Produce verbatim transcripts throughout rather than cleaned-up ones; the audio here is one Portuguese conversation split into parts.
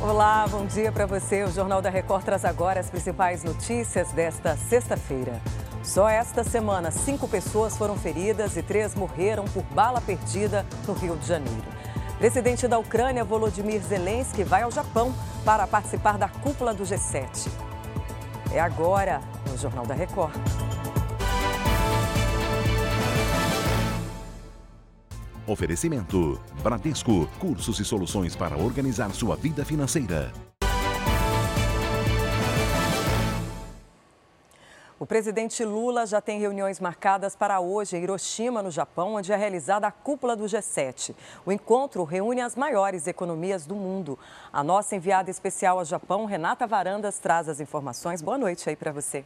Olá, bom dia para você. O Jornal da Record traz agora as principais notícias desta sexta-feira. Só esta semana, cinco pessoas foram feridas e três morreram por bala perdida no Rio de Janeiro. Presidente da Ucrânia, Volodymyr Zelensky, vai ao Japão para participar da cúpula do G sete. É agora no Jornal da Record. Oferecimento: Bradesco, cursos e soluções para organizar sua vida financeira. O presidente Lula já tem reuniões marcadas para hoje em Hiroshima, no Japão, onde é realizada a cúpula do G sete. O encontro reúne as maiores economias do mundo. A nossa enviada especial ao Japão, Renata Varandas, traz as informações. Boa noite aí para você.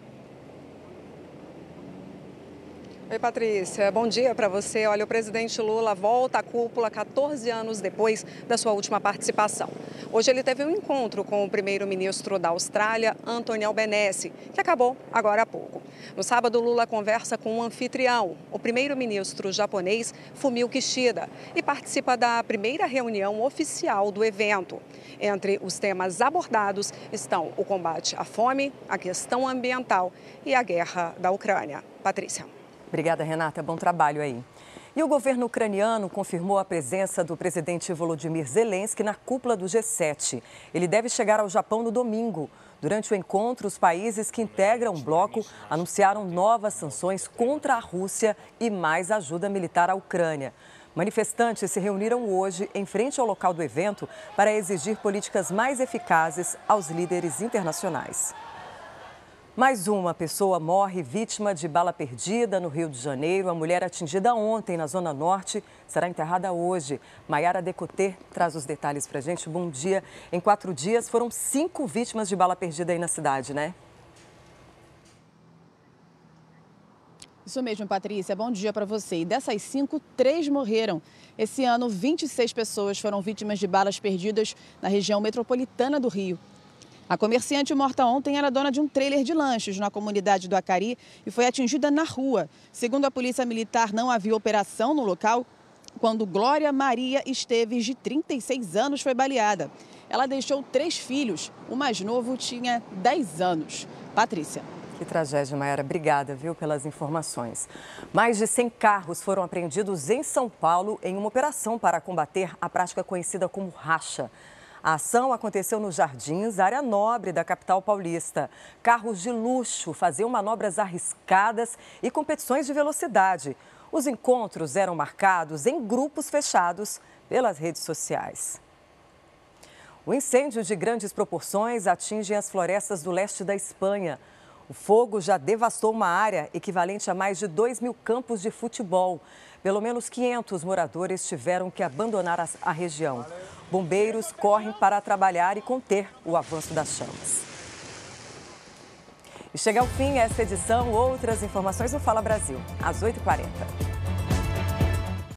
Oi, Patrícia. Bom dia para você. Olha, o presidente Lula volta à cúpula quatorze anos depois da sua última participação. Hoje ele teve um encontro com o primeiro-ministro da Austrália, Anthony Albanese, que acabou agora há pouco. No sábado, Lula conversa com o anfitrião, o primeiro-ministro japonês Fumio Kishida, e participa da primeira reunião oficial do evento. Entre os temas abordados estão o combate à fome, a questão ambiental e a guerra da Ucrânia. Patrícia. Obrigada, Renata. Bom trabalho aí. E o governo ucraniano confirmou a presença do presidente Volodymyr Zelensky na cúpula do G sete. Ele deve chegar ao Japão no domingo. Durante o encontro, os países que integram o bloco anunciaram novas sanções contra a Rússia e mais ajuda militar à Ucrânia. Manifestantes se reuniram hoje em frente ao local do evento para exigir políticas mais eficazes aos líderes internacionais. Mais uma pessoa morre vítima de bala perdida no Rio de Janeiro. A mulher atingida ontem na Zona Norte será enterrada hoje. Maiara Decoter traz os detalhes para a gente. Bom dia. Em quatro dias foram cinco vítimas de bala perdida aí na cidade, né? Isso mesmo, Patrícia. Bom dia para você. E dessas cinco, três morreram. Esse ano, vinte e seis pessoas foram vítimas de balas perdidas na região metropolitana do Rio. A comerciante morta ontem era dona de um trailer de lanches na comunidade do Acari e foi atingida na rua. Segundo a Polícia Militar, não havia operação no local quando Glória Maria Esteves, de trinta e seis anos, foi baleada. Ela deixou três filhos. O mais novo tinha dez anos. Patrícia. Que tragédia, Maiara. Obrigada, viu, pelas informações. Mais de cem carros foram apreendidos em São Paulo em uma operação para combater a prática conhecida como racha. A ação aconteceu nos Jardins, área nobre da capital paulista. Carros de luxo faziam manobras arriscadas e competições de velocidade. Os encontros eram marcados em grupos fechados pelas redes sociais. O incêndio de grandes proporções atinge as florestas do leste da Espanha. O fogo já devastou uma área equivalente a mais de dois mil campos de futebol. Pelo menos quinhentos moradores tiveram que abandonar a região. Bombeiros correm para trabalhar e conter o avanço das chamas. E chega ao fim essa edição. Outras informações no Fala Brasil, às oito e quarenta.